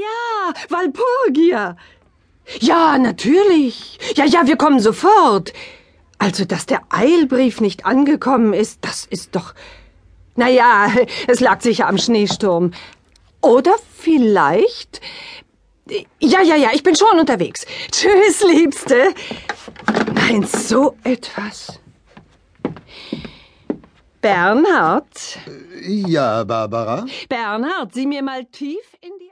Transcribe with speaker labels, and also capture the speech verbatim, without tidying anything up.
Speaker 1: Ja, Walpurgia. Ja, natürlich. Ja, ja, wir kommen sofort. Also, dass der Eilbrief nicht angekommen ist, das ist doch... Na ja, es lag sicher am Schneesturm. Oder vielleicht... Ja, ja, ja, ich bin schon unterwegs. Tschüss, Liebste. Nein, so etwas. Bernhard.
Speaker 2: Ja, Barbara?
Speaker 1: Bernhard, sieh mir mal tief in